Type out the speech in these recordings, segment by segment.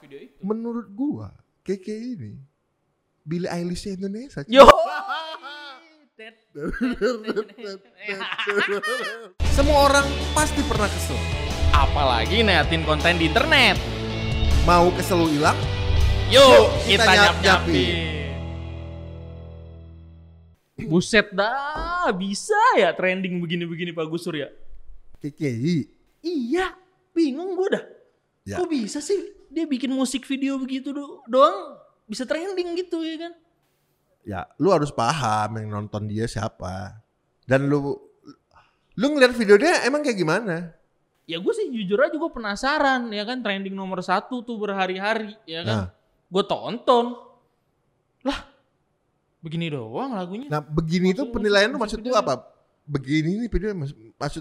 video itu. Menurut gua, Keke ini Billie Eilish Indonesia. Yo. Semua orang pasti pernah kesel. Apalagi ngeliatin konten di internet. Mau kesel lu hilang? Yuk kita nyap-nyapin. Buset dah, bisa ya trending begini-begini Pak Gusur ya? KKI. Iya, bingung gue dah. Ya. Kok bisa sih dia bikin musik video begitu doang bisa trending gitu ya kan? Ya, lu harus paham yang nonton dia siapa. Dan lu ngeliat videonya emang kayak gimana? Ya gue sih jujur aja gue penasaran ya kan, trending nomor 1 tuh berhari-hari ya kan. Nah. Gue tonton. Lah, begini doang lagunya. Nah, begini itu penilaian lu maksud lu apa? Begini nih video maksud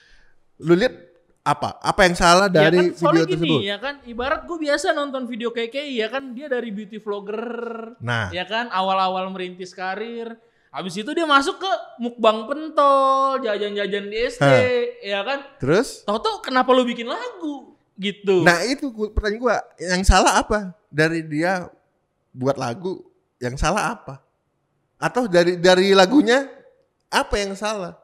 lu lihat apa? Apa yang salah dari ya kan, video gini, tersebut? ya kan, ibarat gue biasa nonton video KKI ya kan, dia dari beauty vlogger. Nah, ya kan, awal-awal merintis karir. Habis itu dia masuk ke mukbang pentol, jajan-jajan di SD, ya kan? terus? Tahu-tahu kenapa lu bikin lagu gitu? Nah, itu pertanyaan gua, yang salah apa dari dia buat lagu? Yang salah apa? Atau dari lagunya apa yang salah?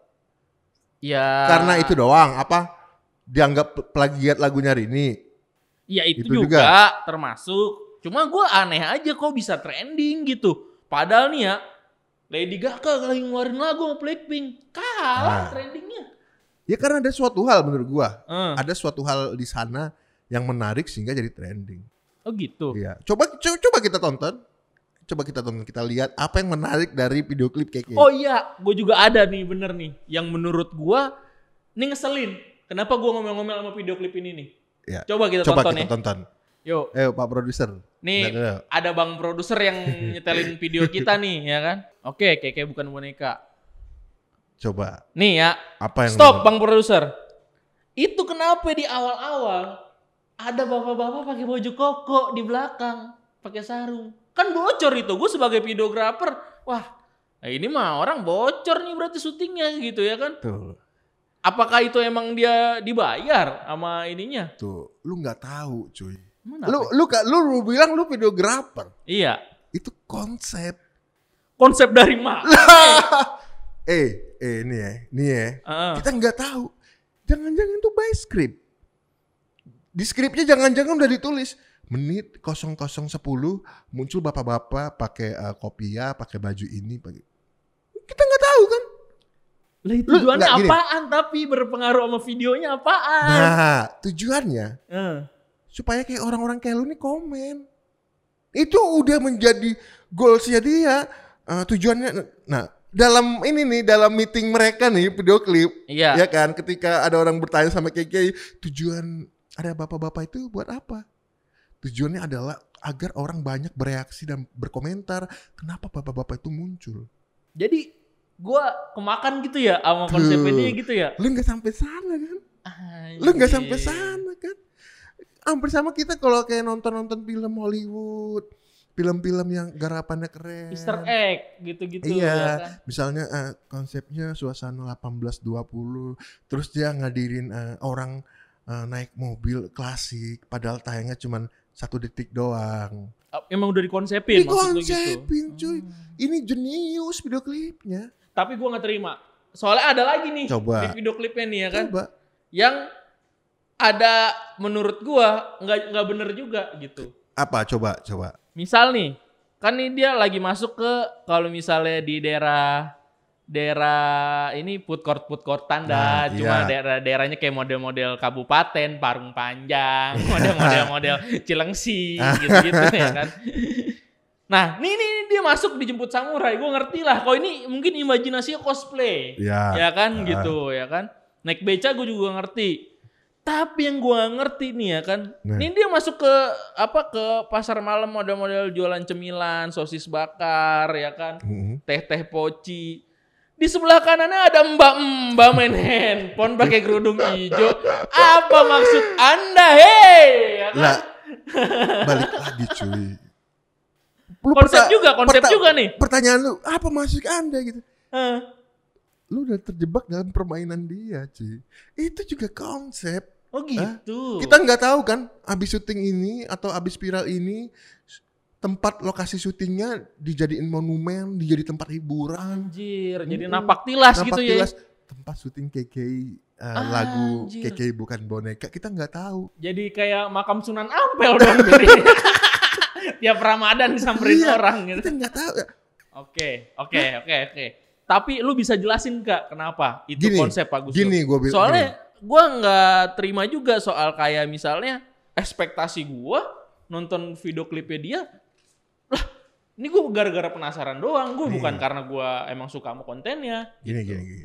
Ya. Karena itu doang apa? Dianggap plagiat lagunya Rini. Ya itu juga termasuk. Cuma gue aneh aja kok bisa trending gitu. Padahal nih ya, Lady Gaga lagi ngeluarin lagu sama Blackpink, kalah trendingnya. Ya karena ada suatu hal menurut gua. Ada suatu hal di sana yang menarik sehingga jadi trending. Oh gitu. Iya. Coba kita tonton. Kita lihat apa yang menarik dari video klip Keke. Oh iya, gue juga ada nih bener nih. Yang menurut gue, ini ngeselin. Kenapa gue ngomel-ngomel sama video klip ini nih? Ya. Coba kita tonton. Yuk. Pak produser. Nih ada bang produser yang nyetelin video kita nih ya kan. Oke, Keke bukan boneka. Coba. Nih ya. Apa yang Stop bang produser. Itu kenapa di awal-awal ada bapak-bapak pakai baju koko di belakang, pakai sarung. Kan bocor itu, gue sebagai videografer, wah ini mah orang bocor nih berarti syutingnya gitu ya kan. Tuh. Apakah itu emang dia dibayar sama ininya? Tuh, lu nggak tahu cuy. Mana Lu bilang lu videografer. Iya. Itu konsep. Konsep dari mana? Nih ya. Kita nggak tahu. Jangan-jangan tuh by script. Di skripnya jangan-jangan udah ditulis. Menit 0010 muncul bapak-bapak pakai kopiah, pakai baju ini, kita nggak tahu kan? Lah tujuannya apaan tapi berpengaruh sama videonya apaan? Nah tujuannya supaya kayak orang-orang kayak lu nih komen. Itu udah menjadi goalsnya dia. Tujuannya, nah dalam meeting mereka nih video klip, ya kan? Ketika ada orang bertanya sama Keke, tujuan ada bapak-bapak itu buat apa? Tujuannya adalah agar orang banyak bereaksi dan berkomentar kenapa bapak-bapak itu muncul. Jadi gue kemakan gitu ya sama konsep ini gitu ya. Lu nggak sampai sana kan? Lu nggak sampai sana kan? Hampir sama kita kalau kayak nonton film Hollywood, film-film yang garapannya keren. Easter egg gitu-gitu. Iya, ya kan? Misalnya konsepnya suasana 1820, terus dia ngadirin orang naik mobil klasik, padahal tayangnya cuma 1 detik doang. Emang udah dikonsepin maksud lu gitu? Dikonsepin cuy. Ini jenius video klipnya. Tapi gue gak terima. Soalnya ada lagi nih di video klipnya nih ya kan. Coba. Yang ada menurut gue gak bener juga gitu. Apa? Coba. Misal nih, kan nih dia lagi masuk ke, kalau misalnya di daerah ini food court-an dah, cuma daerahnya kayak model-model kabupaten, Parung Panjang, model Cilengsi, gitu-gitu ya kan. Nah, nih dia masuk dijemput samurai, gue ngerti lah, kok ini mungkin imajinasinya cosplay, ya kan gitu, ya kan. Naik beca gue juga ngerti. Tapi yang gue gak ngerti nih ya kan, ini dia masuk ke pasar malam model-model jualan cemilan, sosis bakar, ya kan, teh poci. Di sebelah kanannya ada mbak main handphone pakai kerudung hijau. Apa maksud Anda, hei? Ya kan? Lah, balik lagi cuy. Konsep juga nih. Pertanyaan lu, apa maksud Anda gitu? Lu udah terjebak dalam permainan dia cuy. Itu juga konsep. Oh gitu. Kita nggak tahu kan abis syuting ini atau abis viral ini tempat lokasi syutingnya dijadiin monumen, dijadi tempat hiburan. Anjir, jadi napak tilas gitu ya. Tempat syuting KKI lagu KKI bukan boneka, kita nggak tahu. Jadi kayak makam Sunan Ampel dong. Tiap Ramadan disamperin orang gitu. Kita nggak tahu. Oke. Tapi lu bisa jelasin Kak kenapa itu konsep Pak Gus? Gini gue bilang. Soalnya gue nggak terima juga soal kayak misalnya ekspektasi gue nonton video klipnya dia, lah ini gue gara-gara penasaran doang, gue bukan karena gue emang suka sama kontennya. Gini.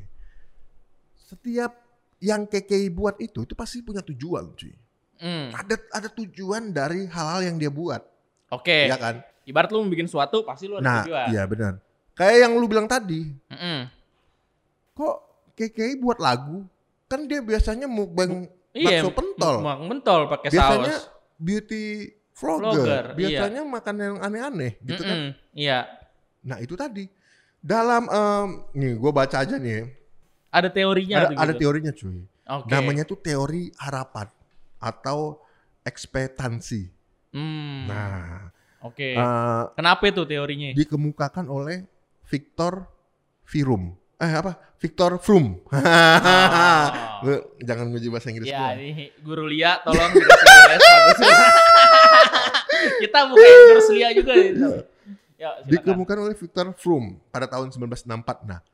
Setiap yang KKI buat itu pasti punya tujuan, cuy. Ada tujuan dari hal-hal yang dia buat. Oke. Ya kan? Ibarat lu bikin suatu pasti lu ada tujuan. Nah, iya benar. Kayak yang lu bilang tadi. Kok KKI buat lagu? Kan dia biasanya mukbang bakso pentol. Mukbang pentol pakai saus. Biasanya beauty vlogger. Biasanya iya. makan yang aneh-aneh gitu kan. Iya. Nah, itu tadi. Dalam nih gue baca aja nih. Ada teorinya Ada teorinya, cuy. Okay. Namanya tuh teori harapan atau ekspektansi. Nah, oke. Kenapa itu teorinya? Dikemukakan oleh Victor Froome. Victor Froome. Lu jangan nguji bahasa Inggris. Ya, ini Guru Lia tolong dikasih les bagus. Kita bukan Guru Lia juga gitu. Ya, dikemukakan oleh Victor Froome pada tahun 1964. Nah,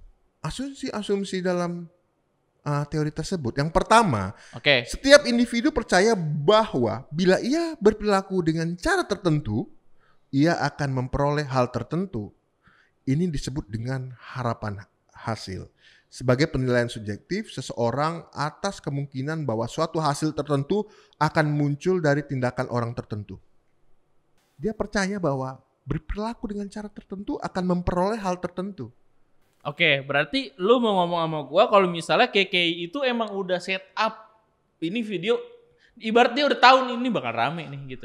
asumsi dalam teori tersebut. Yang pertama, setiap individu percaya bahwa bila ia berperilaku dengan cara tertentu, ia akan memperoleh hal tertentu. Ini disebut dengan harapan hasil. Sebagai penilaian subjektif seseorang atas kemungkinan bahwa suatu hasil tertentu akan muncul dari tindakan orang tertentu. Dia percaya bahwa berperilaku dengan cara tertentu akan memperoleh hal tertentu. Oke, berarti lu mau ngomong sama gua kalau misalnya KKI itu emang udah set up ini video, ibarat dia udah tahu nih ini bakal rame nih gitu.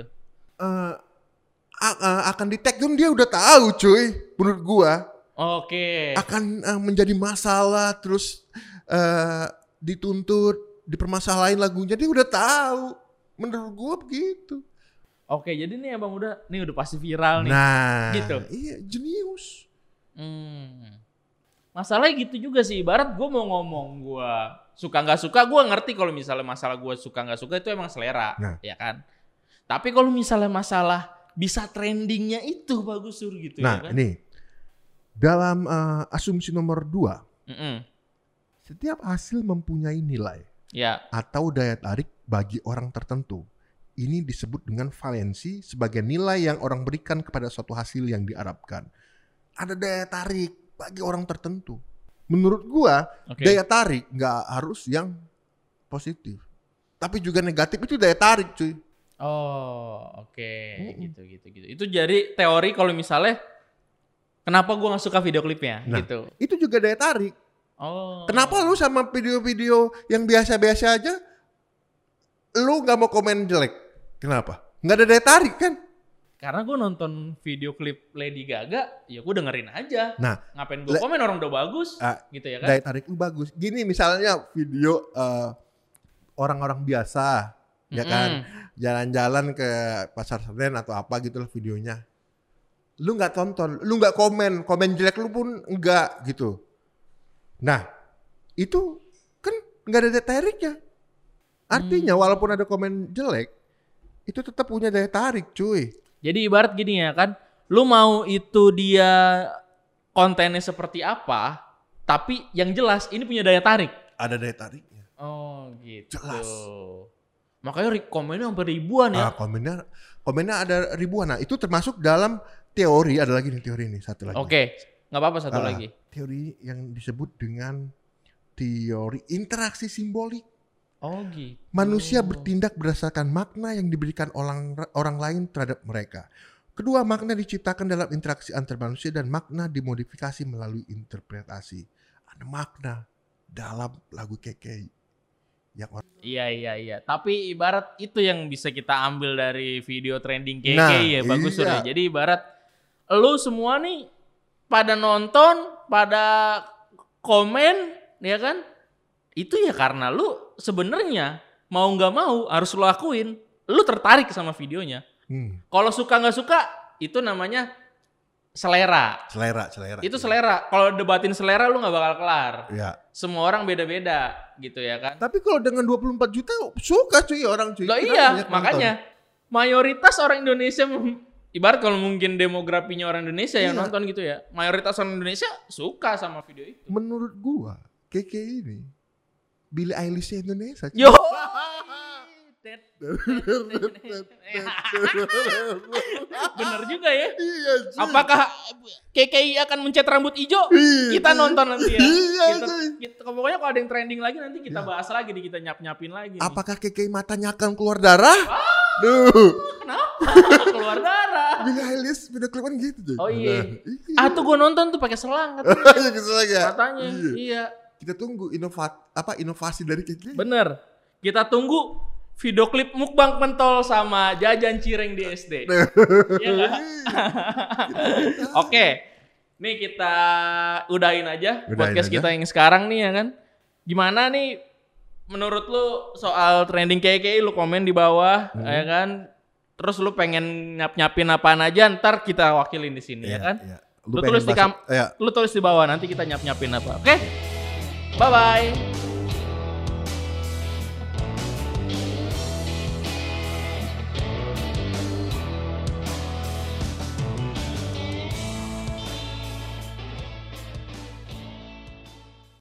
Akan di tag dia udah tahu, cuy, menurut gua. Oke. Akan menjadi masalah terus dituntut, dipermasalahin lagunya, dia udah tahu. Menurut gua begitu. Oke, jadi nih emang udah pasti viral nih. Nah, gitu. Iya, jenius. Masalahnya gitu juga sih, ibarat gue mau ngomong gue suka nggak suka, gue ngerti kalau misalnya masalah gue suka nggak suka itu emang selera, ya kan. Tapi kalau misalnya masalah bisa trendingnya itu bagus gitu. Nah, ya kan? Ini dalam asumsi nomor 2, setiap hasil mempunyai nilai atau daya tarik bagi orang tertentu. Ini disebut dengan valensi sebagai nilai yang orang berikan kepada suatu hasil yang diharapkan. Ada daya tarik bagi orang tertentu. Menurut gua, daya tarik nggak harus yang positif, tapi juga negatif itu daya tarik, cuy. Gitu. Itu jadi teori kalau misalnya kenapa gua nggak suka video klipnya, gitu. Itu juga daya tarik. Kenapa lu sama video-video yang biasa-biasa aja, lu nggak mau komen jelek? Kenapa? Nggak ada daya tarik kan? Karena gue nonton video klip Lady Gaga, ya gue dengerin aja. Nah, ngapain gue komen orang udah bagus, gitu ya kan? Daya tarik lu bagus. Gini misalnya video orang-orang biasa, ya kan, jalan-jalan ke Pasar Senen atau apa gitu lah videonya. Lu nggak tonton, lu nggak komen jelek lu pun enggak gitu. Nah, itu kan nggak ada daya tariknya. Artinya walaupun ada komen jelek, itu tetap punya daya tarik, cuy. Jadi ibarat gini ya kan, lu mau itu dia kontennya seperti apa, tapi yang jelas ini punya daya tarik. Ada daya tariknya. Oh gitu. Jelas. Makanya komennya sampai ribuan ya. Komennya ada ribuan. Nah itu termasuk dalam teori, ada lagi nih teori ini, satu lagi. Oke, nggak apa-apa satu lagi. Teori yang disebut dengan teori interaksi simbolik. Oh gitu. Manusia bertindak berdasarkan makna yang diberikan orang lain terhadap mereka. Kedua makna diciptakan dalam interaksi antar manusia dan makna dimodifikasi melalui interpretasi. Ada makna dalam lagu KKI. Iya. Tapi ibarat itu yang bisa kita ambil dari video trending KKI bagus ya. Jadi ibarat lu semua nih pada nonton, pada komen, ya kan? Itu ya karena lu sebenarnya mau nggak mau harus lo akuin, lo tertarik sama videonya. Kalau suka nggak suka, itu namanya selera. Itu selera. Kalau debatin selera lu nggak bakal kelar. Ya. Semua orang beda-beda gitu ya kan. Tapi kalau dengan 24 juta suka cuy orang cuy. Loh iya, makanya mayoritas orang Indonesia ibarat kalau mungkin demografinya orang Indonesia yang nonton gitu ya. Mayoritas orang Indonesia suka sama video itu. Menurut gua, Keke ini Billie Eilish Indonesia. Yo. Bener juga ya. Iya, apakah KKI akan mencat rambut hijau? Kita nonton nanti ya. Kita pokoknya kalau ada yang trending lagi nanti kita bahas lagi, kita nyap-nyapin lagi. Apakah KKI matanya akan keluar darah? Kenapa? Keluar darah. Billie Eilish video klip gitu tuh. Oh iya. Tuh gue nonton tuh pakai selang katanya. Matanya. Iya. Kita tunggu inovasi dari KKI. Bener. Kita tunggu video klip mukbang pentol sama jajan cireng di SD. Iya enggak? Oke. Nih kita udahin aja podcast kita yang sekarang nih ya kan. Gimana nih menurut lu soal trending KKI, lu komen di bawah ya kan. Terus lu pengen nyap-nyapin apaan aja, ntar kita wakilin di sini ya kan. Iya. Lu tulis di bawah nanti kita nyap-nyapin apa. Oke? Bye bye.